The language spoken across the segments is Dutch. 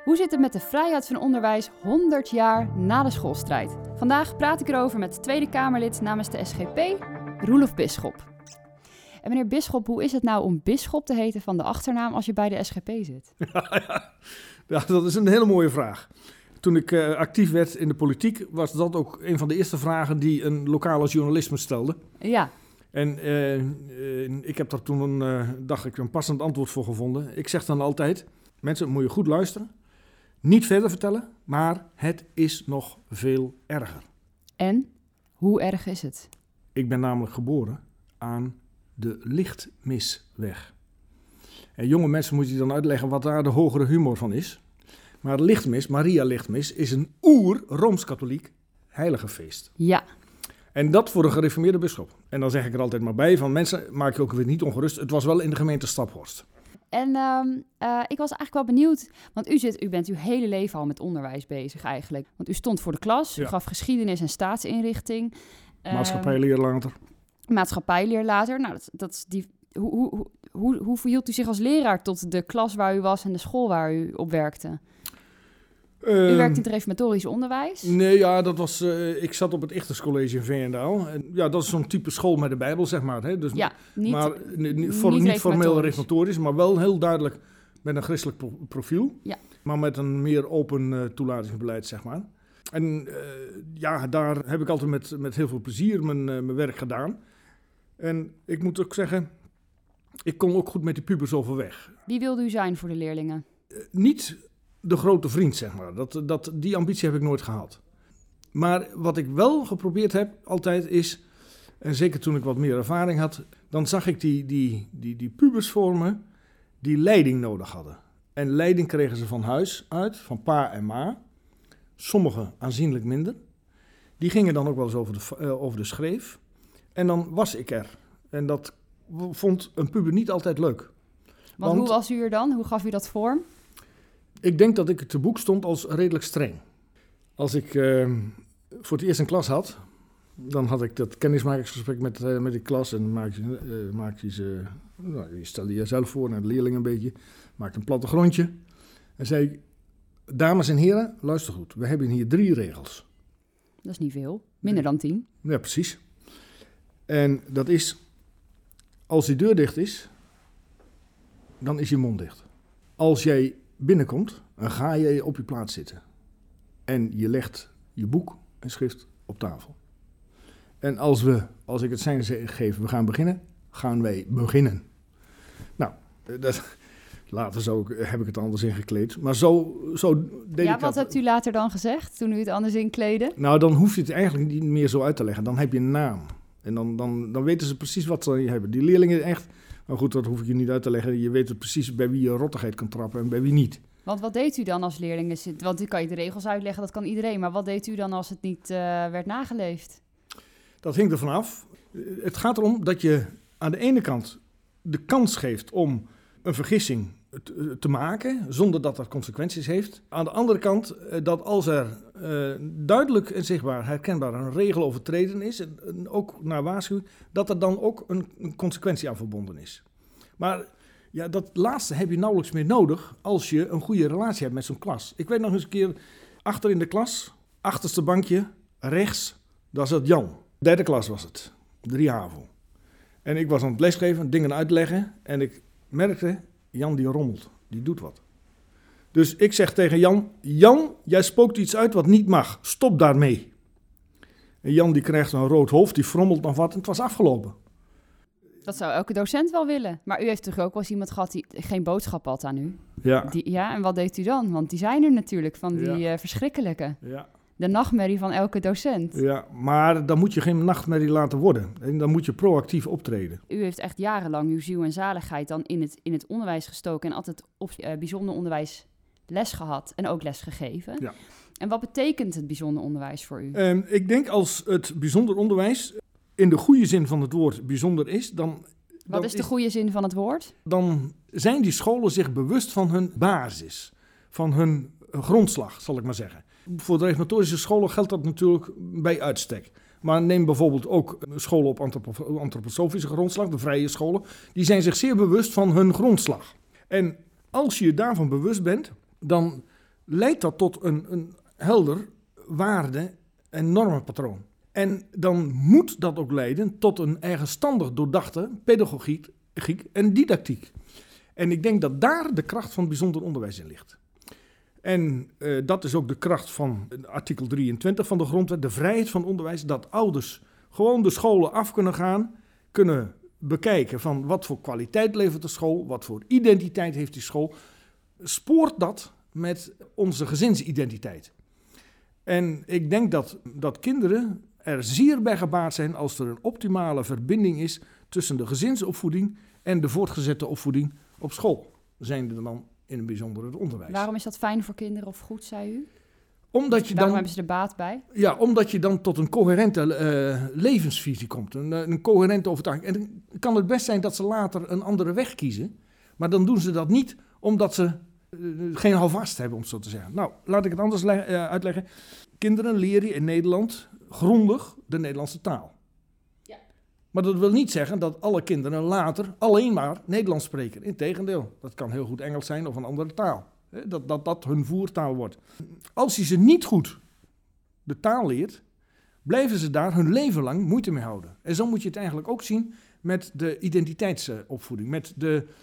Hoe zit het met de vrijheid van onderwijs 100 jaar na de schoolstrijd? Vandaag praat ik erover met Tweede Kamerlid namens de SGP, Roelof Bisschop. En meneer Bisschop, hoe is het nou om Bisschop te heten van de achternaam als je bij de SGP zit? Ja, dat is een hele mooie vraag. Toen ik actief werd in de politiek, was dat ook een van de eerste vragen die een lokale journalist me stelde. Ja. En ik heb daar toen een passend antwoord voor gevonden. Ik zeg dan altijd, mensen, moet je goed luisteren. Niet verder vertellen, maar het is nog veel erger. En? Hoe erg is het? Ik ben namelijk geboren aan de Lichtmisweg. En jonge mensen moet je dan uitleggen wat daar de hogere humor van is. Maar Lichtmis, Maria Lichtmis, is een Rooms-katholiek heilige feest. Ja. En dat voor een gereformeerde bisschop. En dan zeg ik er altijd maar bij van mensen, maak je ook weer niet ongerust. Het was wel in de gemeente Staphorst. En ik was eigenlijk wel benieuwd, want u bent uw hele leven al met onderwijs bezig eigenlijk. Want u stond voor de klas, u gaf geschiedenis en staatsinrichting. Maatschappijleer later. Maatschappijleer later. Nou, hoe verhield u zich als leraar tot de klas waar u was en de school waar u op werkte? U werkte in het reformatorisch onderwijs? Nee, ja, dat was. Ik zat op het Ichterscollege in Veenendaal. En ja, dat is zo'n type school met de Bijbel, zeg maar. Hè? Dus, ja, niet formeel reformatorisch, maar wel heel duidelijk met een christelijk profiel. Ja. Maar met een meer open toelatingsbeleid, zeg maar. En daar heb ik altijd met heel veel plezier mijn werk gedaan. En ik moet ook zeggen, ik kon ook goed met die pubers overweg. Wie wilde u zijn voor de leerlingen? Niet de grote vriend, zeg maar. Die ambitie heb ik nooit gehad. Maar wat ik wel geprobeerd heb altijd is, en zeker toen ik wat meer ervaring had, dan zag ik die pubers voor me die leiding nodig hadden. En leiding kregen ze van huis uit, van pa en ma. Sommigen aanzienlijk minder. Die gingen dan ook wel eens over de schreef. En dan was ik er. En dat vond een puber niet altijd leuk. Want hoe was u er dan? Hoe gaf u dat vorm? Ik denk dat ik te boek stond als redelijk streng. Als ik voor het eerst een klas had, dan had ik dat kennismakingsgesprek met die klas. En je stelde jezelf voor naar de leerlingen een beetje. Maakte een plattegrondje. En zei ik, dames en heren, luister goed. We hebben hier 3 regels. Dat is niet veel. Minder dan 10. Ja, precies. En dat is, als die deur dicht is, dan is je mond dicht. Als jij binnenkomt, dan ga je op je plaats zitten. En je legt je boek en schrift op tafel. En als ik het sein geef, we gaan beginnen, gaan wij beginnen. Nou, later heb ik het anders ingekleed. Maar zo deed ik wat hebt u later dan gezegd, toen u het anders inkleedde? Nou, dan hoef je het eigenlijk niet meer zo uit te leggen. Dan heb je een naam. En dan weten ze precies wat ze hebben. Die leerlingen echt, nou goed, dat hoef ik je niet uit te leggen. Je weet precies bij wie je rottigheid kan trappen en bij wie niet. Want wat deed u dan als leerlingen? Want u kan je de regels uitleggen, dat kan iedereen. Maar wat deed u dan als het niet werd nageleefd? Dat hing er vanaf. Het gaat erom dat je aan de ene kant de kans geeft om een vergissing te maken, zonder dat dat consequenties heeft. Aan de andere kant dat als er duidelijk en zichtbaar herkenbaar een regel overtreden is, en ook naar waarschuwing, dat er dan ook een consequentie aan verbonden is. Maar ja, dat laatste heb je nauwelijks meer nodig als je een goede relatie hebt met zo'n klas. Ik weet nog eens een keer, achter in de klas, achterste bankje, rechts, daar zat Jan. 3e klas was het, 3 HAVO. En ik was aan het lesgeven, dingen uitleggen en ik merkte, Jan die rommelt, die doet wat. Dus ik zeg tegen Jan, jij spookt iets uit wat niet mag, stop daarmee. En Jan die krijgt een rood hoofd, die frommelt nog wat en het was afgelopen. Dat zou elke docent wel willen. Maar u heeft toch ook wel eens iemand gehad die geen boodschap had aan u? Ja. En wat deed u dan? Want die zijn er natuurlijk, van die verschrikkelijke. Ja. De nachtmerrie van elke docent. Ja, maar dan moet je geen nachtmerrie laten worden. En dan moet je proactief optreden. U heeft echt jarenlang uw ziel en zaligheid dan in het onderwijs gestoken en altijd op bijzonder onderwijs les gehad en ook les gegeven. Ja. En wat betekent het bijzonder onderwijs voor u? Ik denk als het bijzonder onderwijs in de goede zin van het woord bijzonder is, dan... Wat is de goede zin van het woord? Dan zijn die scholen zich bewust van hun basis, van hun grondslag, zal ik maar zeggen. Voor de reformatorische scholen geldt dat natuurlijk bij uitstek. Maar neem bijvoorbeeld ook scholen op antroposofische grondslag, de vrije scholen. Die zijn zich zeer bewust van hun grondslag. En als je je daarvan bewust bent, dan leidt dat tot een helder waarde- en normenpatroon. En dan moet dat ook leiden tot een eigenstandig doordachte pedagogiek en didactiek. En ik denk dat daar de kracht van het bijzonder onderwijs in ligt. En dat is ook de kracht van artikel 23 van de grondwet, de vrijheid van onderwijs, dat ouders gewoon de scholen af kunnen gaan, kunnen bekijken van wat voor kwaliteit levert de school, wat voor identiteit heeft die school. Spoort dat met onze gezinsidentiteit. En ik denk dat kinderen er zeer bij gebaat zijn als er een optimale verbinding is tussen de gezinsopvoeding en de voortgezette opvoeding op school. Zijnde dan in een bijzonder het onderwijs. Waarom is dat fijn voor kinderen of goed, zei u? Waarom hebben ze er baat bij? Ja, omdat je dan tot een coherente levensvisie komt. Een coherente overtuiging. En dan kan het best zijn dat ze later een andere weg kiezen. Maar dan doen ze dat niet omdat ze geen houvast hebben, om het zo te zeggen. Nou, laat ik het anders uitleggen. Kinderen leren in Nederland grondig de Nederlandse taal. Ja. Maar dat wil niet zeggen dat alle kinderen later alleen maar Nederlands spreken. Integendeel, dat kan heel goed Engels zijn of een andere taal. Dat hun voertaal wordt. Als je ze niet goed de taal leert, blijven ze daar hun leven lang moeite mee houden. En zo moet je het eigenlijk ook zien met de identiteitsopvoeding, met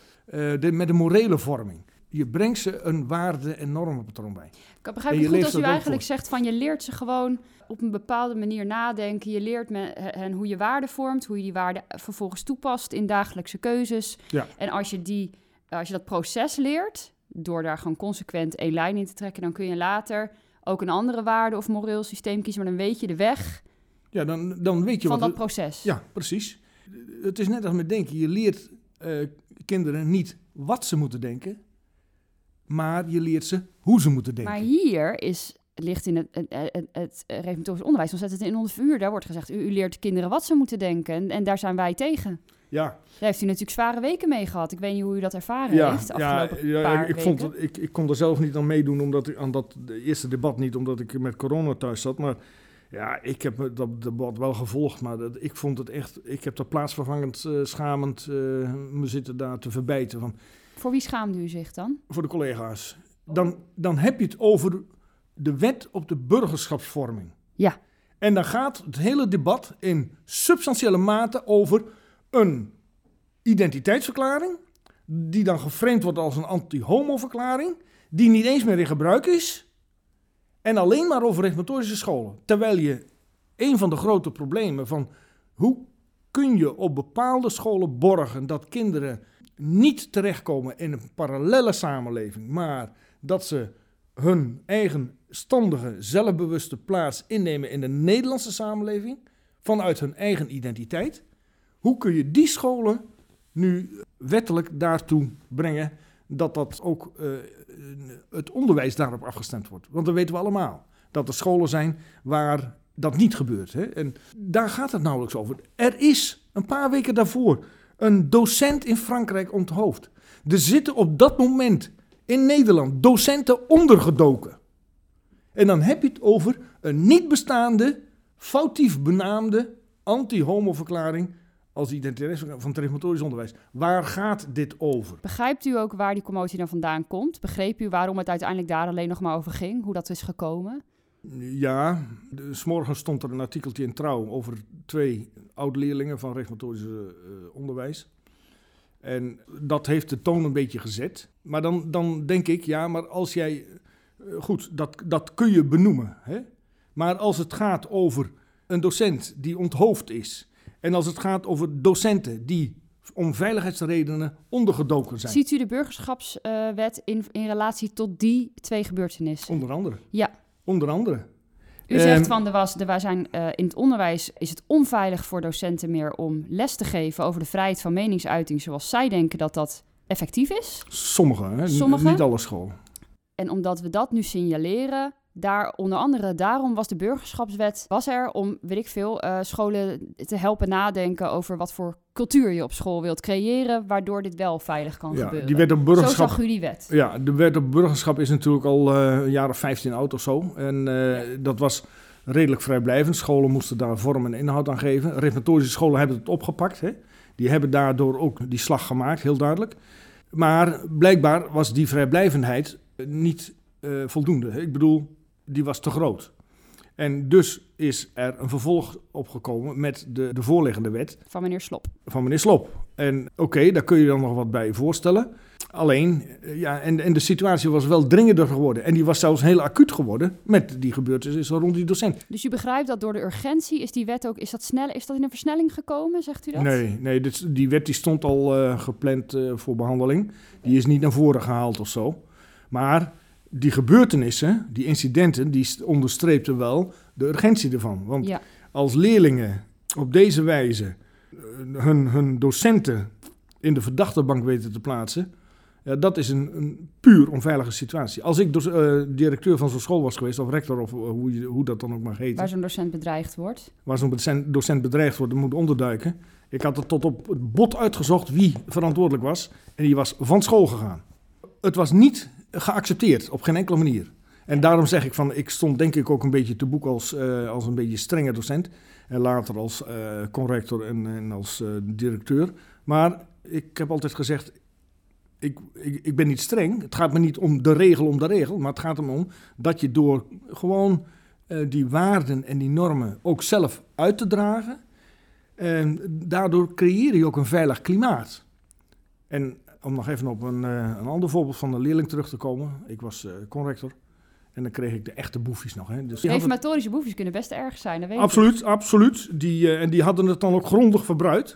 de morele vorming. Je brengt ze een waarde- en normenpatroon bij. Ik begrijp het goed als u eigenlijk zegt van je leert ze gewoon op een bepaalde manier nadenken. Je leert hen hoe je waarden vormt, hoe je die waarden vervolgens toepast in dagelijkse keuzes. Ja. En als je dat proces leert, door daar gewoon consequent één lijn in te trekken, dan kun je later ook een andere waarde of moreel systeem kiezen, maar dan weet je de weg dan weet je van dat proces. Ja, precies. Het is net als met denken. Je leert kinderen niet wat ze moeten denken, maar je leert ze hoe ze moeten denken. Maar hier ligt in het reformatorisch onderwijs, dan zet het in onder vuur. Daar wordt gezegd, u leert kinderen wat ze moeten denken en daar zijn wij tegen. Ja. Daar heeft u natuurlijk zware weken mee gehad. Ik weet niet hoe u dat ervaren heeft de afgelopen paar weken. Ik kon er zelf niet aan meedoen, omdat ik aan dat eerste debat niet, omdat ik met corona thuis zat. Maar ja, ik heb dat debat wel gevolgd, maar ik vond het echt, ik heb daar plaatsvervangend schamend me zitten daar te verbijten. Van. Voor wie schaamde u zich dan? Voor de collega's. Dan heb je het over de wet op de burgerschapsvorming. Ja. En dan gaat het hele debat in substantiële mate over een identiteitsverklaring, die dan geframed wordt als een anti-homo-verklaring, die niet eens meer in gebruik is, en alleen maar over reformatorische scholen. Terwijl je een van de grote problemen van hoe kun je op bepaalde scholen borgen dat kinderen niet terechtkomen in een parallelle samenleving, maar dat ze hun eigenstandige, zelfbewuste plaats innemen in de Nederlandse samenleving, vanuit hun eigen identiteit. Hoe kun je die scholen nu wettelijk daartoe brengen dat ook het onderwijs daarop afgestemd wordt? Want dat weten we allemaal, dat er scholen zijn waar dat niet gebeurt. Hè? En daar gaat het nauwelijks over. Er is een paar weken daarvoor een docent in Frankrijk onthoofd. Er zitten op dat moment in Nederland docenten ondergedoken. En dan heb je het over een niet bestaande, foutief benaamde anti-homo-verklaring als identiteit van het reformatorisch onderwijs. Waar gaat dit over? Begrijpt u ook waar die commotie dan vandaan komt? Begreep u waarom het uiteindelijk daar alleen nog maar over ging? Hoe dat is gekomen? Ja, 's morgens stond er een artikeltje in Trouw over 2 oud-leerlingen van reformatorisch onderwijs. En dat heeft de toon een beetje gezet. Maar dan denk ik, ja, maar als jij... Goed, dat kun je benoemen. Hè? Maar als het gaat over een docent die onthoofd is, en als het gaat over docenten die om veiligheidsredenen ondergedoken zijn. Ziet u de burgerschapswet in relatie tot die 2 gebeurtenissen? Onder andere. Ja. Onder andere. U zegt van, in het onderwijs is het onveilig voor docenten meer om les te geven over de vrijheid van meningsuiting zoals zij denken dat dat effectief is. Sommige, hè? Niet alle scholen. En omdat we dat nu signaleren, onder andere daarom was de burgerschapswet er om, scholen te helpen nadenken over wat voor cultuur je op school wilt creëren, waardoor dit wel veilig kan gebeuren. Die wet op burgerschap, zo zag u die wet. Ja, de wet op burgerschap is natuurlijk al een jaar of 15 oud of zo. En dat was redelijk vrijblijvend. Scholen moesten daar vorm en inhoud aan geven. Reformatorische scholen hebben het opgepakt. Hè? Die hebben daardoor ook die slag gemaakt, heel duidelijk. Maar blijkbaar was die vrijblijvendheid niet voldoende. Ik bedoel, die was te groot. En dus is er een vervolg opgekomen met de voorliggende wet. Van meneer Slop. Van meneer Slop. En oké, daar kun je dan nog wat bij voorstellen. Alleen, en de situatie was wel dringender geworden. En die was zelfs heel acuut geworden met die gebeurtenissen rond die docent. Dus u begrijpt dat door de urgentie is die wet ook, is dat in een versnelling gekomen, zegt u dat? Nee, die wet die stond al gepland voor behandeling. Die is niet naar voren gehaald of zo. Maar die gebeurtenissen, die incidenten, die onderstreepten wel de urgentie ervan. Want als leerlingen op deze wijze hun docenten in de verdachtebank weten te plaatsen, dat is een puur onveilige situatie. Als ik directeur van zo'n school was geweest, of rector, of hoe dat dan ook mag heten. Waar zo'n docent bedreigd wordt. Waar zo'n docent bedreigd wordt, moet onderduiken. Ik had er tot op het bot uitgezocht wie verantwoordelijk was. En die was van school gegaan. Het was niet geaccepteerd, op geen enkele manier. En daarom zeg ik van, ik stond denk ik ook een beetje te boek als een beetje strenge docent. En later als conrector en als directeur. Maar ik heb altijd gezegd, ik ben niet streng. Het gaat me niet om de regel, maar het gaat er om dat je door gewoon die waarden en die normen ook zelf uit te dragen. En daardoor creëer je ook een veilig klimaat. En om nog even op een ander voorbeeld van een leerling terug te komen. Ik was conrector en dan kreeg ik de echte boefjes nog. Hè. Dus reformatorische boefjes kunnen best erg zijn, dat weet ik. Absoluut. Die hadden het dan ook grondig verbruikt.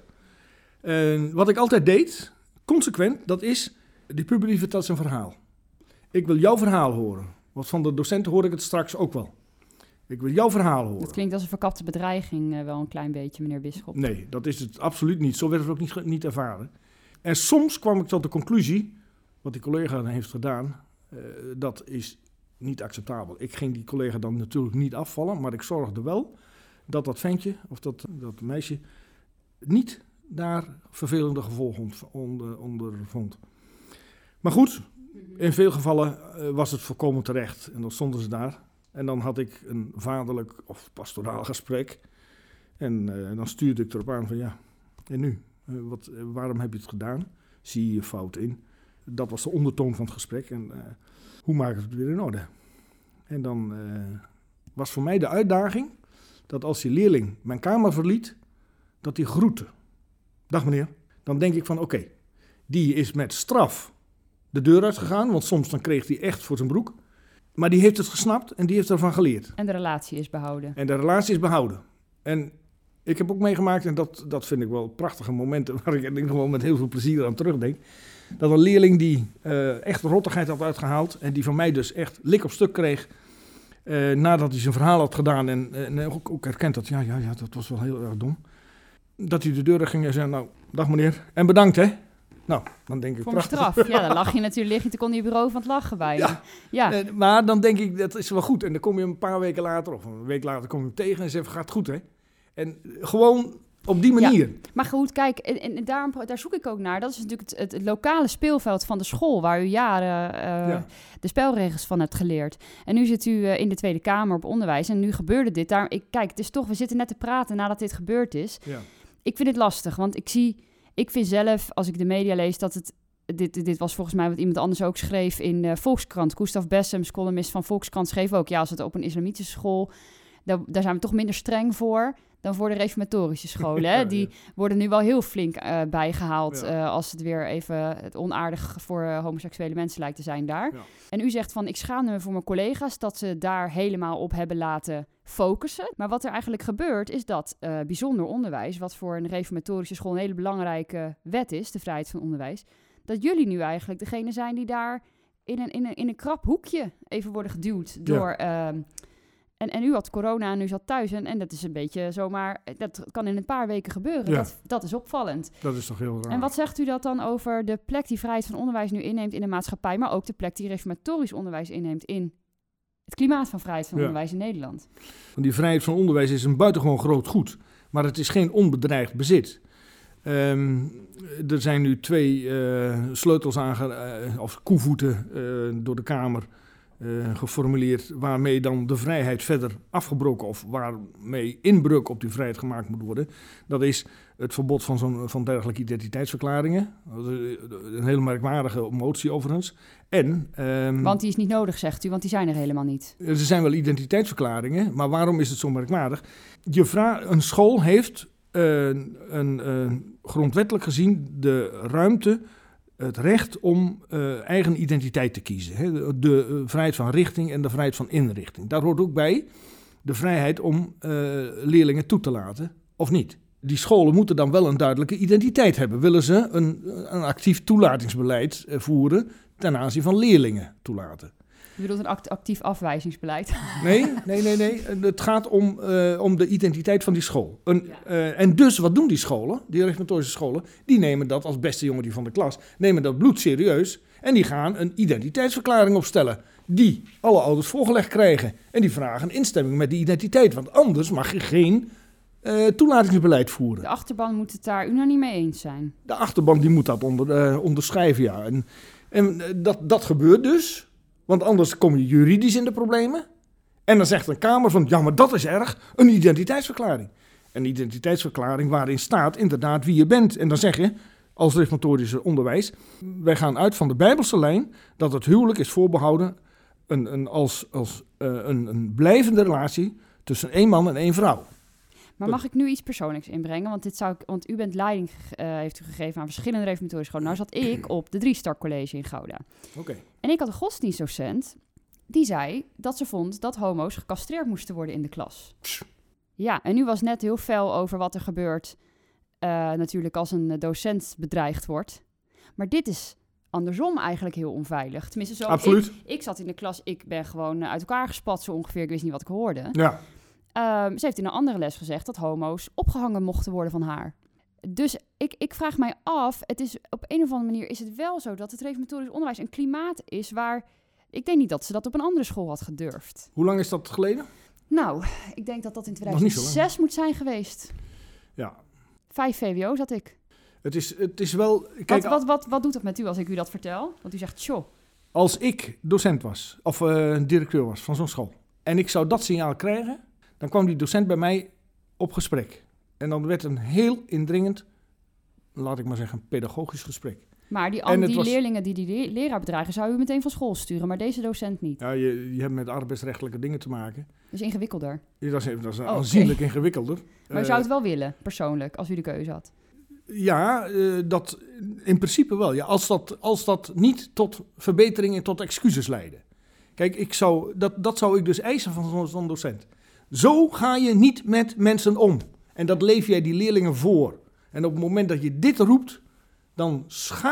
Wat ik altijd deed, consequent, dat is, die puber die vertelt zijn verhaal. Ik wil jouw verhaal horen. Want van de docenten hoor ik het straks ook wel. Ik wil jouw verhaal horen. Dat klinkt als een verkapte bedreiging wel een klein beetje, meneer Bisschop. Nee, dat is het absoluut niet. Zo werd het ook niet ervaren. En soms kwam ik tot de conclusie, wat die collega heeft gedaan, dat is niet acceptabel. Ik ging die collega dan natuurlijk niet afvallen, maar ik zorgde wel dat ventje of dat meisje niet daar vervelende gevolgen ondervond. Maar goed, in veel gevallen was het volkomen terecht en dan stonden ze daar. En dan had ik een vaderlijk of pastoraal gesprek en dan stuurde ik erop aan van ja, en nu? Waarom heb je het gedaan? Zie je je fout in? Dat was de ondertoon van het gesprek. En hoe maken we het weer in orde? En dan was voor mij de uitdaging dat als die leerling mijn kamer verliet, dat hij groette. Dag meneer. Dan denk ik van oké, die is met straf de deur uitgegaan, want soms dan kreeg hij echt voor zijn broek. Maar die heeft het gesnapt en die heeft ervan geleerd. En de relatie is behouden. En ik heb ook meegemaakt, en dat vind ik wel prachtige momenten waar ik in ieder geval met heel veel plezier aan terugdenk, dat een leerling die echt rottigheid had uitgehaald en die van mij dus echt lik op stuk kreeg nadat hij zijn verhaal had gedaan en ook herkend dat, ja, dat was wel heel erg dom. Dat hij de deur ging en zei, nou, dag meneer, en bedankt hè. Nou, dan denk ik voor prachtig. Voor straf, ja, dan lach je natuurlijk, lig je te kon je bureau van het lachen bij je. Ja. Maar dan denk ik, dat is wel goed. En dan kom je een paar weken later, of een week later kom je hem tegen en zegt, gaat goed hè. En gewoon op die manier. Ja, maar goed, kijk, en daar zoek ik ook naar. Dat is natuurlijk het lokale speelveld van de school, waar u jaren de spelregels van hebt geleerd. En nu zit u in de Tweede Kamer op onderwijs en nu gebeurde dit. Kijk, het is toch, we zitten net te praten nadat dit gebeurd is. Ja. Ik vind het lastig, want ik vind zelf, als ik de media lees, dat het... Dit was volgens mij wat iemand anders ook schreef in Volkskrant. Gustav Bessems, columnist van Volkskrant, schreef ook, ja, als het op een islamitische school, daar zijn we toch minder streng voor dan voor de reformatorische scholen. Hè? Die worden nu wel heel flink bijgehaald als het weer even het onaardig voor homoseksuele mensen lijkt te zijn daar. Ja. En u zegt van, ik schaam me voor mijn collega's dat ze daar helemaal op hebben laten focussen. Maar wat er eigenlijk gebeurt is dat bijzonder onderwijs, wat voor een reformatorische school een hele belangrijke wet is, de vrijheid van onderwijs, dat jullie nu eigenlijk degene zijn die daar in een krap hoekje even worden geduwd door... En u had corona en u zat thuis en dat is een beetje zomaar... Dat kan in een paar weken gebeuren. Ja. Dat is opvallend. Dat is toch heel raar. En wat zegt u dat dan over de plek die vrijheid van onderwijs nu inneemt in de maatschappij, maar ook de plek die reformatorisch onderwijs inneemt in het klimaat van vrijheid van onderwijs in Nederland? Want die vrijheid van onderwijs is een buitengewoon groot goed, maar het is geen onbedreigd bezit. Er zijn nu 2 sleutels of koevoeten door de Kamer geformuleerd waarmee dan de vrijheid verder afgebroken of waarmee inbreuk op die vrijheid gemaakt moet worden. Dat is het verbod van dergelijke identiteitsverklaringen. Een hele merkwaardige motie overigens. Want die is niet nodig, zegt u, want die zijn er helemaal niet. Er zijn wel identiteitsverklaringen, maar waarom is het zo merkwaardig? Een school heeft grondwettelijk gezien de ruimte, het recht om eigen identiteit te kiezen. Hè? De vrijheid van richting en de vrijheid van inrichting. Daar hoort ook bij de vrijheid om leerlingen toe te laten of niet. Die scholen moeten dan wel een duidelijke identiteit hebben. Willen ze een actief toelatingsbeleid voeren ten aanzien van leerlingen toelaten? Je bedoelt een actief afwijzingsbeleid? Nee. Het gaat om de identiteit van die school. En dus, wat doen die scholen, die reformatorische scholen? Die nemen dat als beste jongen van de klas, nemen dat bloedserieus. En die gaan een identiteitsverklaring opstellen, die alle ouders voorgelegd krijgen. En die vragen instemming met die identiteit, want anders mag je geen toelatingsbeleid voeren. De achterban moet het daar u nog niet mee eens zijn? De achterban die moet dat onderschrijven, ja. En dat gebeurt dus. Want anders kom je juridisch in de problemen. En dan zegt een Kamer van, ja, maar dat is erg, een identiteitsverklaring. Een identiteitsverklaring waarin staat inderdaad wie je bent. En dan zeg je, als reformatorische onderwijs, wij gaan uit van de Bijbelse lijn dat het huwelijk is voorbehouden een blijvende relatie tussen één man en één vrouw. Maar mag ik nu iets persoonlijks inbrengen? Want u bent leiding heeft u gegeven aan verschillende reformatorische scholen. Nou zat ik op de 3-star college in Gouda. Okay. En ik had een godsdienstdocent die zei dat ze vond dat homo's gecastreerd moesten worden in de klas. Ja, en u was net heel fel over wat er gebeurt natuurlijk als een docent bedreigd wordt. Maar dit is andersom eigenlijk heel onveilig. Tenminste, zo. Absoluut. Ik zat in de klas, ik ben gewoon uit elkaar gespat zo ongeveer. Ik wist niet wat ik hoorde. Ja. Ze heeft in een andere les gezegd dat homo's opgehangen mochten worden van haar. Dus ik vraag mij af, het is op een of andere manier is het wel zo dat het reformatorisch onderwijs een klimaat is waar, ik denk niet dat ze dat op een andere school had gedurfd. Hoe lang is dat geleden? Nou, ik denk dat dat in 2006 moet zijn geweest. Ja. 5 VWO zat ik. Het is wel... Kijk, wat doet dat met u als ik u dat vertel? Want u zegt, tjoh. Als ik docent was, of directeur was van zo'n school, en ik zou dat signaal krijgen, dan kwam die docent bij mij op gesprek. En dan werd een heel indringend, laat ik maar zeggen, pedagogisch gesprek. Maar die leerlingen die leraar bedreigen, zou u meteen van school sturen, maar deze docent niet. Ja, je hebt met arbeidsrechtelijke dingen te maken. Dat is ingewikkelder. Ja, dat is aanzienlijk ingewikkelder. Maar u zou het wel willen, persoonlijk, als u de keuze had? Ja, dat in principe wel. Ja, als dat niet tot verbeteringen, tot excuses leidde. Kijk, dat zou ik dus eisen van zo'n docent. Zo ga je niet met mensen om. En dat leef jij die leerlingen voor. En op het moment dat je dit roept, dan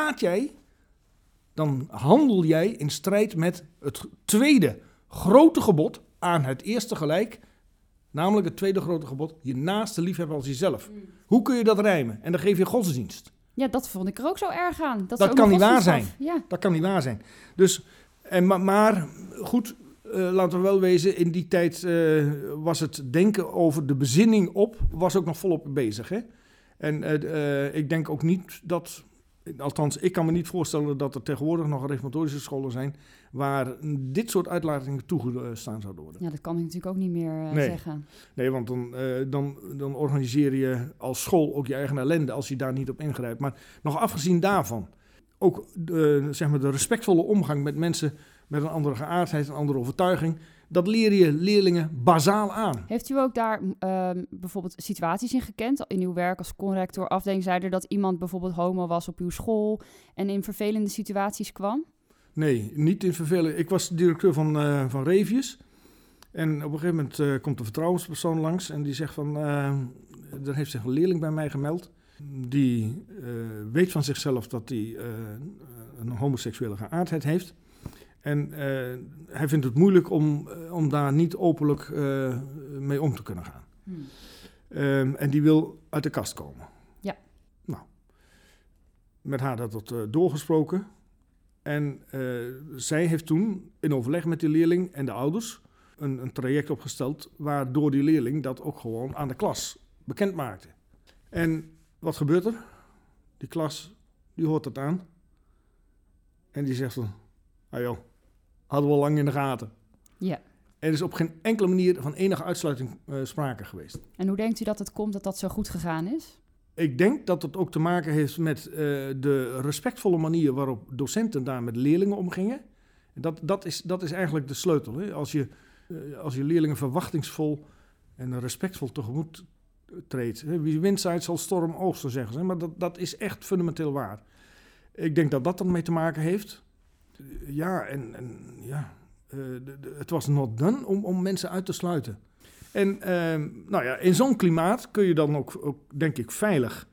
dan handel jij in strijd met het tweede grote gebod aan het eerste gelijk. Namelijk het tweede grote gebod, je naaste liefhebben als jezelf. Hoe kun je dat rijmen? En dan geef je godsdienst. Ja, dat vond ik er ook zo erg aan. Dat kan niet waar zijn. Ja. Dat kan niet waar zijn. Dus, maar goed, laten we wel wezen, in die tijd was het denken over de bezinning was ook nog volop bezig. Hè? En ik denk ook niet dat, althans ik kan me niet voorstellen dat er tegenwoordig nog reformatorische scholen zijn waar dit soort uitlatingen toegestaan zouden worden. Ja, dat kan ik natuurlijk ook niet meer zeggen. Nee, want dan organiseer je als school ook je eigen ellende als je daar niet op ingrijpt. Maar nog afgezien daarvan, ook zeg maar de respectvolle omgang met mensen met een andere geaardheid, een andere overtuiging, dat leer je leerlingen bazaal aan. Heeft u ook daar bijvoorbeeld situaties in gekend? In uw werk als conrector afdeling zei er dat iemand bijvoorbeeld homo was op uw school en in vervelende situaties kwam? Nee, niet in vervelende. Ik was directeur van Revius. En op een gegeven moment komt een vertrouwenspersoon langs en die zegt van, er heeft zich een leerling bij mij gemeld. Die weet van zichzelf dat hij een homoseksuele geaardheid heeft. En hij vindt het moeilijk om daar niet openlijk mee om te kunnen gaan. En die wil uit de kast komen. Ja. Nou, met haar dat doorgesproken. En zij heeft toen in overleg met die leerling en de ouders een traject opgesteld, waardoor die leerling dat ook gewoon aan de klas bekend maakte. En wat gebeurt er? Die klas, die hoort het aan. En die zegt van, ah joh, hadden we al lang in de gaten. Ja. Er is op geen enkele manier van enige uitsluiting sprake geweest. En hoe denkt u dat het komt dat dat zo goed gegaan is? Ik denk dat het ook te maken heeft met de respectvolle manier waarop docenten daar met leerlingen omgingen. Dat is eigenlijk de sleutel. Hè? Als je leerlingen verwachtingsvol en respectvol tegemoet treedt. Hè? Wie windside zal storm oosten, zeggen ze. Maar dat is echt fundamenteel waar. Ik denk dat dat ermee te maken heeft. Het was not done om mensen uit te sluiten. En in zo'n klimaat kun je dan ook denk ik, veilig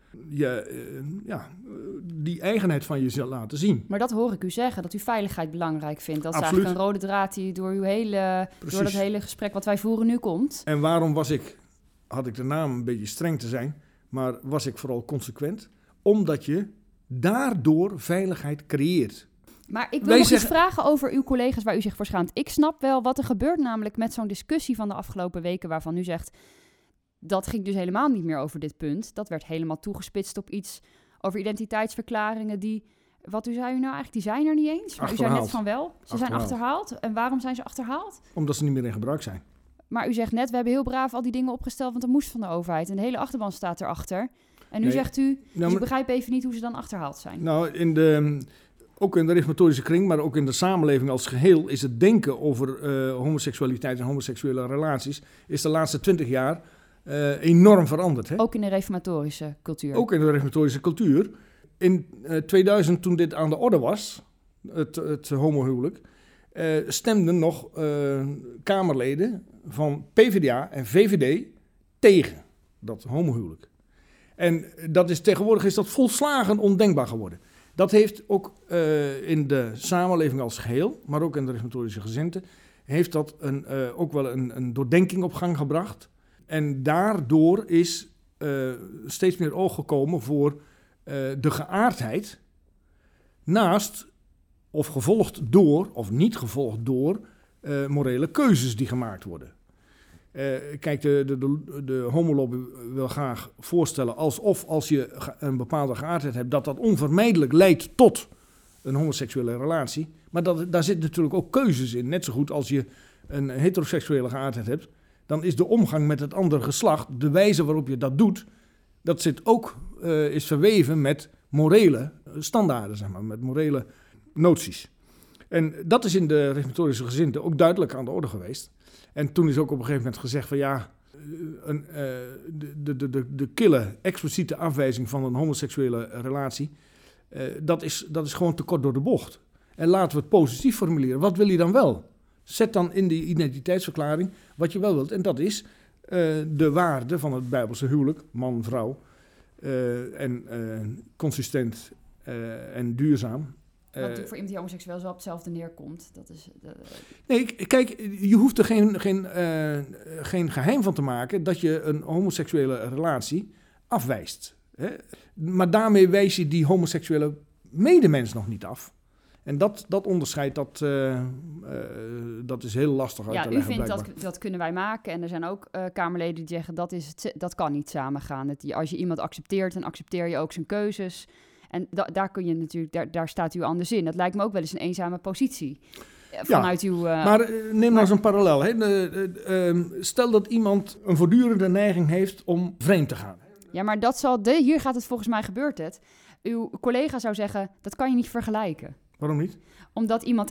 die eigenheid van jezelf laten zien. Maar dat hoor ik u zeggen, dat u veiligheid belangrijk vindt. Dat is Absoluut. eigenlijk een rode draad die door dat hele gesprek wat wij voeren nu komt. En waarom had ik de naam een beetje streng te zijn, maar was ik vooral consequent? Omdat je daardoor veiligheid creëert. Maar ik wil nog eens vragen over uw collega's waar u zich voor schaamt. Ik snap wel wat er gebeurt namelijk met zo'n discussie van de afgelopen weken waarvan u zegt, dat ging dus helemaal niet meer over dit punt. Dat werd helemaal toegespitst op iets over identiteitsverklaringen die, wat u zei u nou eigenlijk, die zijn er niet eens. Maar u zei net van wel, ze zijn achterhaald. En waarom zijn ze achterhaald? Omdat ze niet meer in gebruik zijn. Maar u zegt net, we hebben heel braaf al die dingen opgesteld, want dat moest van de overheid. En de hele achterban staat erachter. En nu zegt u, ik begrijp even niet hoe ze dan achterhaald zijn. Nou, ook in de reformatorische kring, maar ook in de samenleving als geheel, is het denken over homoseksualiteit en homoseksuele relaties, is de laatste 20 jaar enorm veranderd. Hè? Ook in de reformatorische cultuur? Ook in de reformatorische cultuur. In 2000, toen dit aan de orde was, het homohuwelijk, stemden nog Kamerleden van PvdA en VVD tegen dat homohuwelijk. En tegenwoordig is dat volslagen ondenkbaar geworden. Dat heeft ook in de samenleving als geheel, maar ook in de reformatorische gezindten, heeft dat ook wel een doordenking op gang gebracht. En daardoor is steeds meer oog gekomen voor de geaardheid, naast of gevolgd door, of niet gevolgd door, morele keuzes die gemaakt worden. Kijk, de homolobby wil graag voorstellen alsof als je een bepaalde geaardheid hebt, dat onvermijdelijk leidt tot een homoseksuele relatie. Maar daar zitten natuurlijk ook keuzes in. Net zo goed als je een heteroseksuele geaardheid hebt, dan is de omgang met het andere geslacht, de wijze waarop je dat doet, dat is verweven met morele standaarden, zeg maar, met morele noties. En dat is in de reformatorische gezindten ook duidelijk aan de orde geweest. En toen is ook op een gegeven moment gezegd van de kille, expliciete afwijzing van een homoseksuele relatie, dat is gewoon te kort door de bocht. En laten we het positief formuleren. Wat wil je dan wel? Zet dan in die identiteitsverklaring wat je wel wilt. En dat is de waarde van het Bijbelse huwelijk, man, vrouw, en consistent en duurzaam. Wat natuurlijk voor iemand die homoseksueel zo op hetzelfde neerkomt. Nee, kijk, je hoeft er geen geheim van te maken dat je een homoseksuele relatie afwijst. Hè? Maar daarmee wijs je die homoseksuele medemens nog niet af. En dat onderscheid, dat is heel lastig uit te leggen. Ja, u vindt dat kunnen wij maken. En er zijn ook Kamerleden die zeggen dat kan niet samengaan. Als je iemand accepteert, dan accepteer je ook zijn keuzes. En daar kun je natuurlijk, daar staat u anders in. Dat lijkt me ook wel eens een eenzame positie. Vanuit uw... Maar neem nou eens een parallel. Hè. Stel dat iemand een voortdurende neiging heeft om vreemd te gaan. Ja, maar hier gaat het volgens mij gebeurt het. Uw collega zou zeggen, dat kan je niet vergelijken. Waarom niet? Omdat iemand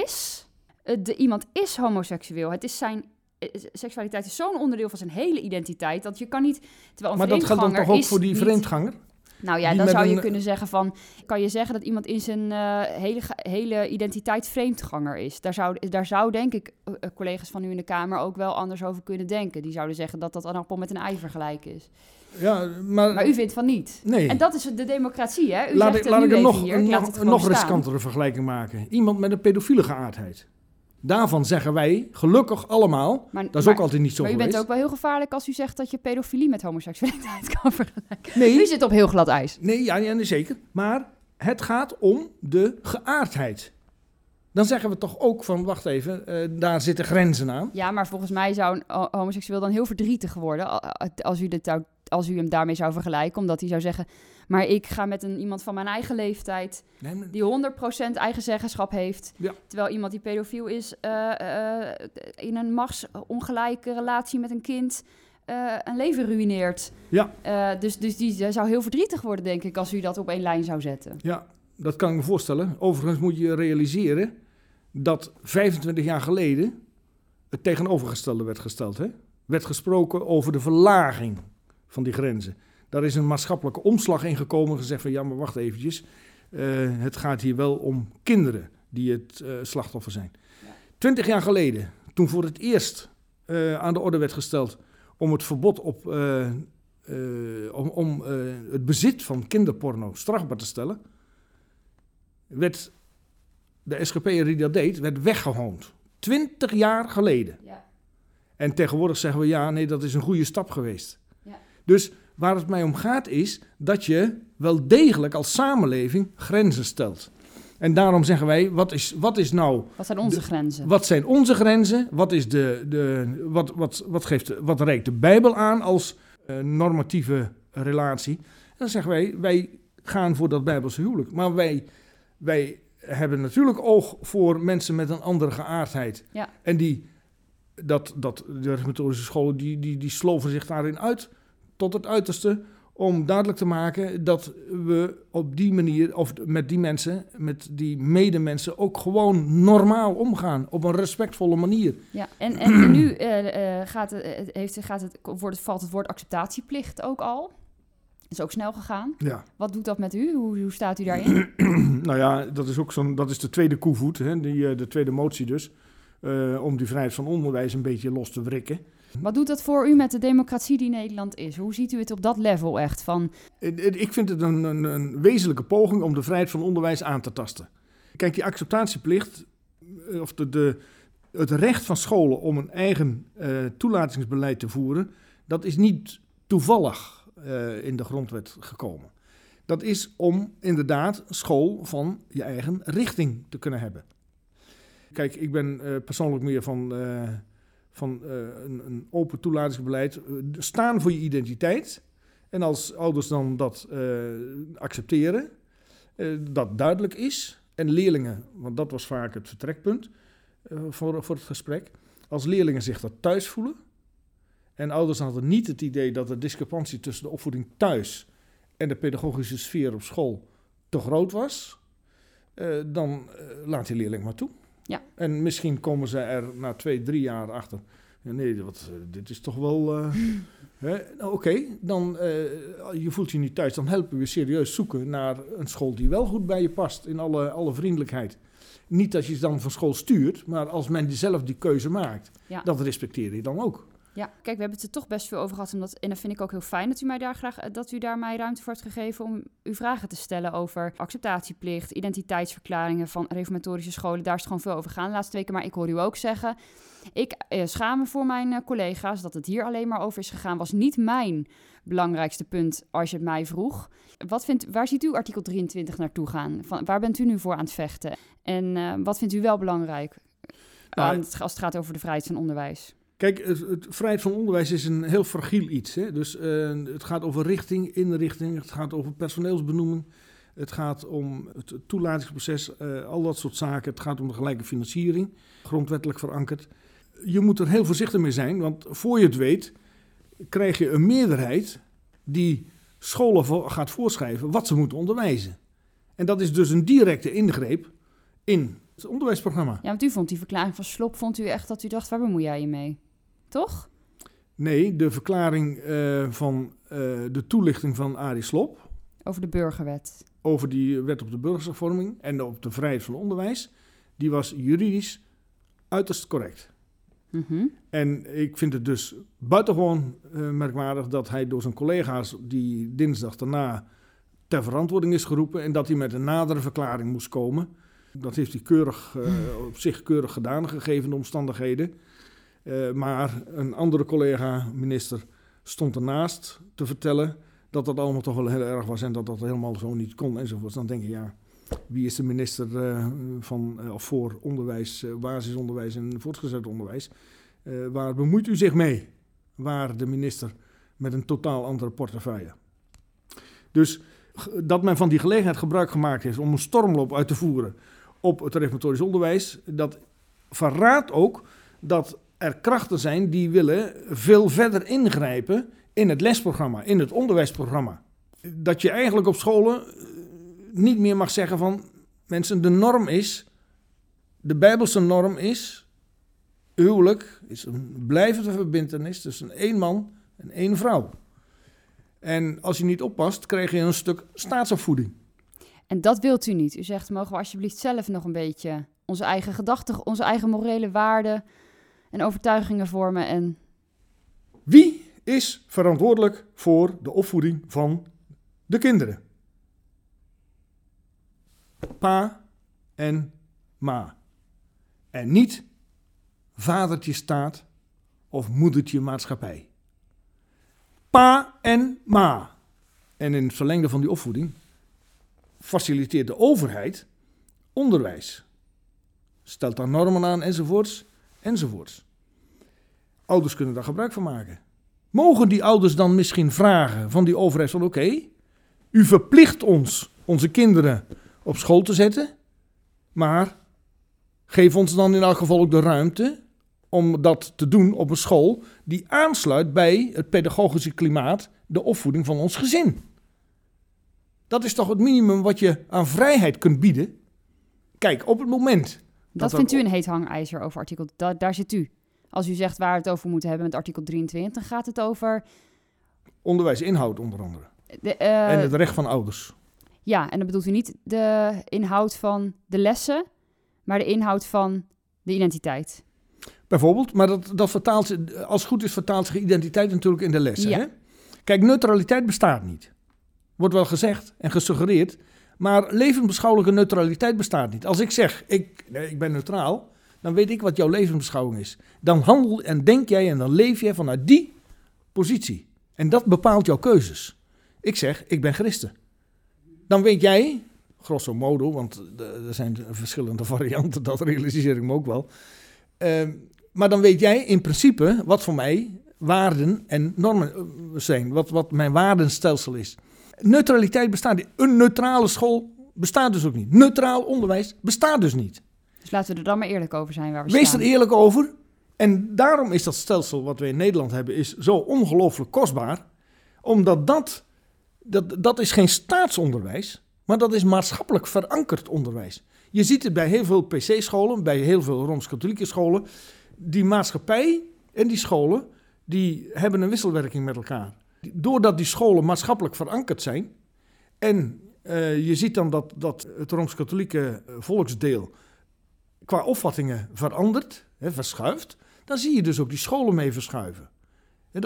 iemand is homoseksueel. Het is zijn seksualiteit is zo'n onderdeel van zijn hele identiteit dat je kan niet. Terwijl een maar dat geldt dan toch ook voor die vreemdganger? Nou ja, dan zou je kunnen zeggen van, kan je zeggen dat iemand in zijn hele identiteit vreemdganger is? Daar zou denk ik collega's van u in de Kamer ook wel anders over kunnen denken. Die zouden zeggen dat een appel met een ei vergelijken is. Ja, maar u vindt van niet. Nee. En dat is de democratie, hè? Laat ik een nog riskantere vergelijking maken. Iemand met een pedofiele geaardheid. Daarvan zeggen wij, gelukkig allemaal, dat is ook altijd niet zo geweest. Maar u bent ook wel heel gevaarlijk als u zegt dat je pedofilie met homoseksualiteit kan vergelijken. Nee. U zit op heel glad ijs. Nee, zeker. Maar het gaat om de geaardheid. Dan zeggen we toch ook van, wacht even, daar zitten grenzen aan. Ja, maar volgens mij zou een homoseksueel dan heel verdrietig worden als u hem daarmee zou vergelijken. Omdat hij zou zeggen, Maar ik ga met iemand van mijn eigen leeftijd, die 100% eigen zeggenschap heeft. Ja. Terwijl iemand die pedofiel is, in een machtsongelijke relatie met een kind een leven ruïneert. Ja. Dus die zou heel verdrietig worden, denk ik, als u dat op één lijn zou zetten. Ja, dat kan ik me voorstellen. Overigens moet je realiseren dat 25 jaar geleden het tegenovergestelde werd gesteld. Hè? Werd gesproken over de verlaging van die grenzen. Daar is een maatschappelijke omslag in gekomen. Gezegd van ja, maar wacht eventjes. Het gaat hier wel om kinderen die het slachtoffer zijn. Ja. 20 jaar geleden, toen voor het eerst aan de orde werd gesteld om het verbod op het bezit van kinderporno strafbaar te stellen, werd de SGP'er die dat deed, werd weggehoond. 20 jaar geleden. Ja. En tegenwoordig zeggen we ja, nee, dat is een goede stap geweest. Ja. Dus waar het mij om gaat is dat je wel degelijk als samenleving grenzen stelt. En daarom zeggen wij, wat is nou... Wat zijn onze grenzen? Wat zijn onze grenzen? Wat reikt de Bijbel aan als normatieve relatie? En dan zeggen wij gaan voor dat Bijbelse huwelijk. Maar wij hebben natuurlijk oog voor mensen met een andere geaardheid. Ja. En de reformatorische scholen die sloven zich daarin uit tot het uiterste, om duidelijk te maken dat we op die manier, of met die mensen, met die medemensen, ook gewoon normaal omgaan. Op een respectvolle manier. Ja, en nu valt het woord acceptatieplicht ook al. Dat is ook snel gegaan. Ja. Wat doet dat met u? Hoe staat u daarin? Nou ja, dat is de tweede koevoet, hè, de tweede motie dus. Om die vrijheid van onderwijs een beetje los te wrikken. Wat doet dat voor u met de democratie die Nederland is? Hoe ziet u het op dat level echt? Ik vind het een wezenlijke poging om de vrijheid van onderwijs aan te tasten. Kijk, die acceptatieplicht, of het recht van scholen om een eigen toelatingsbeleid te voeren, dat is niet toevallig in de grondwet gekomen. Dat is om inderdaad school van je eigen richting te kunnen hebben. Kijk, ik ben persoonlijk meer van een open toelatingsbeleid. Staan voor je identiteit. En als ouders dan dat accepteren, dat duidelijk is. En leerlingen, want dat was vaak het vertrekpunt voor het gesprek. Als leerlingen zich dat thuis voelen. En ouders hadden niet het idee dat de discrepantie tussen de opvoeding thuis en de pedagogische sfeer op school te groot was. Dan laat die leerling maar toe. Ja. En misschien komen ze er na 2-3 jaar achter. Ja, nee, dit is toch wel... Oké, dan je voelt je niet thuis. Dan helpen we serieus zoeken naar een school die wel goed bij je past. In alle vriendelijkheid. Niet dat je ze dan van school stuurt. Maar als men zelf die keuze maakt. Ja. Dat respecteer je dan ook. Ja, kijk, we hebben het er toch best veel over gehad. En dat vind ik ook heel fijn dat u daar mij ruimte voor hebt gegeven om uw vragen te stellen over acceptatieplicht, identiteitsverklaringen van reformatorische scholen. Daar is het gewoon veel over gegaan de laatste weken. Maar ik hoor u ook zeggen, ik schaam me voor mijn collega's dat het hier alleen maar over is gegaan. Was niet mijn belangrijkste punt als je het mij vroeg. Waar ziet u artikel 23 naartoe gaan? Waar bent u nu voor aan het vechten? En wat vindt u wel belangrijk als het gaat over de vrijheid van onderwijs? Kijk, het vrijheid van onderwijs is een heel fragiel iets. Hè? Dus het gaat over richting, inrichting, het gaat over personeelsbenoeming. Het gaat om het toelatingsproces, al dat soort zaken. Het gaat om de gelijke financiering, grondwettelijk verankerd. Je moet er heel voorzichtig mee zijn, want voor je het weet krijg je een meerderheid die scholen gaat voorschrijven wat ze moeten onderwijzen. En dat is dus een directe ingreep in het onderwijsprogramma. Ja, want u vond die verklaring van Slop, vond u echt dat u dacht, waar bemoei jij je mee? Toch? Nee, de verklaring van de toelichting van Arie Slop. Over de burgerwet. Over die wet op de burgervorming en op de vrijheid van onderwijs. Die was juridisch uiterst correct. Mm-hmm. En ik vind het dus buitengewoon merkwaardig dat hij door zijn collega's die dinsdag daarna ter verantwoording is geroepen en dat hij met een nadere verklaring moest komen. Dat heeft hij op zich keurig gedaan, gegeven de omstandigheden. Maar een andere collega-minister stond ernaast te vertellen dat dat allemaal toch wel heel erg was en dat dat helemaal zo niet kon enzovoort. Dan denk je, ja, wie is de minister voor onderwijs, basisonderwijs en voortgezet onderwijs? Waar bemoeit u zich mee? Waar de minister met een totaal andere portefeuille? Dus dat men van die gelegenheid gebruik gemaakt heeft om een stormloop uit te voeren op het reformatorisch onderwijs, dat verraadt ook dat er krachten zijn die willen veel verder ingrijpen in het lesprogramma, in het onderwijsprogramma. Dat je eigenlijk op scholen niet meer mag zeggen van mensen, de norm is, de Bijbelse norm is, huwelijk is een blijvende verbintenis tussen 1 man en 1 vrouw. En als je niet oppast, krijg je een stuk staatsopvoeding. En dat wilt u niet. U zegt, mogen we alsjeblieft zelf nog een beetje onze eigen gedachten, onze eigen morele waarden en overtuigingen vormen. En Wie is verantwoordelijk voor de opvoeding van de kinderen? Pa en ma. En niet vadertje staat of moedertje maatschappij. Pa en ma. En in het verlengde van die opvoeding faciliteert de overheid onderwijs. Stelt daar normen aan enzovoorts, enzovoorts. Ouders kunnen daar gebruik van maken. Mogen die ouders dan misschien vragen van die overheid van oké, u verplicht ons onze kinderen op school te zetten, maar geef ons dan in elk geval ook de ruimte om dat te doen op een school die aansluit bij het pedagogische klimaat, de opvoeding van ons gezin. Dat is toch het minimum wat je aan vrijheid kunt bieden? Kijk, op het moment... Dat vindt u een heet hangijzer over artikel... Daar zit u. Als u zegt waar we het over moeten hebben met artikel 23, gaat het over... Onderwijsinhoud onder andere. En het recht van ouders. Ja, en dan bedoelt u niet de inhoud van de lessen, maar de inhoud van de identiteit. Bijvoorbeeld, maar dat vertaalt zich, als het goed is, vertaalt zich identiteit natuurlijk in de lessen. Ja. Hè? Kijk, neutraliteit bestaat niet. Wordt wel gezegd en gesuggereerd, maar levensbeschouwelijke neutraliteit bestaat niet. Als ik zeg, ik ben neutraal, dan weet ik wat jouw levensbeschouwing is. Dan handel en denk jij en dan leef jij vanuit die positie. En dat bepaalt jouw keuzes. Ik zeg, ik ben christen. Dan weet jij, grosso modo, want er zijn verschillende varianten, dat realiseer ik me ook wel. Maar dan weet jij in principe wat voor mij waarden en normen zijn. Wat mijn waardenstelsel is. Neutraliteit bestaat niet. Een neutrale school bestaat dus ook niet. Neutraal onderwijs bestaat dus niet. Dus laten we er dan maar eerlijk over zijn waar we Wees staan. er eerlijk over. En daarom is dat stelsel wat we in Nederland hebben is zo ongelooflijk kostbaar. Omdat dat is geen staatsonderwijs, maar dat is maatschappelijk verankerd onderwijs. Je ziet het bij heel veel PC-scholen, bij heel veel Rooms-Katholieke scholen. Die maatschappij en die scholen, die hebben een wisselwerking met elkaar. Doordat die scholen maatschappelijk verankerd zijn en je ziet dan dat het Rooms-Katholieke volksdeel qua opvattingen verandert, verschuift, dan zie je dus ook die scholen mee verschuiven. En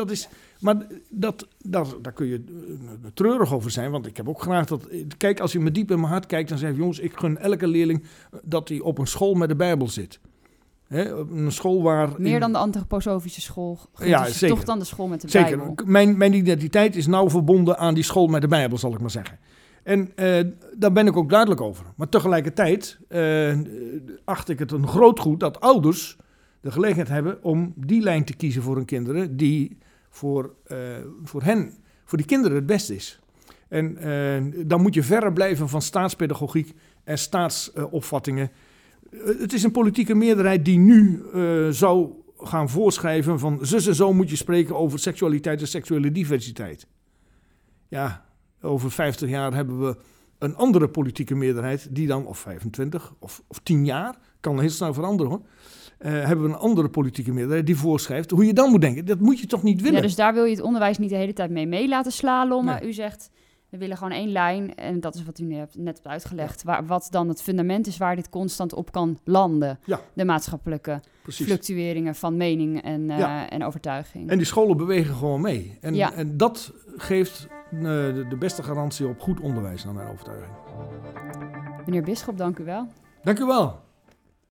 daar kun je treurig over zijn, want ik heb ook graag dat... Kijk, als je me diep in mijn hart kijkt, dan zeg je, jongens, ik gun elke leerling dat hij op een school met de Bijbel zit. Een school waar... Meer dan de antroposofische school. Ja, dus zeker. Toch dan de school met de Zeker. Bijbel. Mijn identiteit is nauw verbonden aan die school met de Bijbel, zal ik maar zeggen. En daar ben ik ook duidelijk over. Maar tegelijkertijd acht ik het een groot goed dat ouders de gelegenheid hebben om die lijn te kiezen voor hun kinderen die voor die kinderen het beste is. En dan moet je verre blijven van staatspedagogiek en staatsopvattingen. Het is een politieke meerderheid die nu zou gaan voorschrijven van zus en zo moet je spreken over seksualiteit en seksuele diversiteit. Ja, over 50 jaar hebben we een andere politieke meerderheid die dan, of 25 of 10 jaar, kan heel snel veranderen hoor. Hebben we een andere politieke meerderheid die voorschrijft hoe je dan moet denken. Dat moet je toch niet willen? Ja, dus daar wil je het onderwijs niet de hele tijd mee laten slalommen. Nee. U zegt, we willen gewoon 1 lijn. En dat is wat u net hebt uitgelegd. Ja. Wat dan het fundament is waar dit constant op kan landen. Ja. De maatschappelijke fluctueringen van mening en overtuiging. En die scholen bewegen gewoon mee. En dat geeft de beste garantie op goed onderwijs, naar mijn overtuiging. Meneer Bisschop, dank u wel. Dank u wel.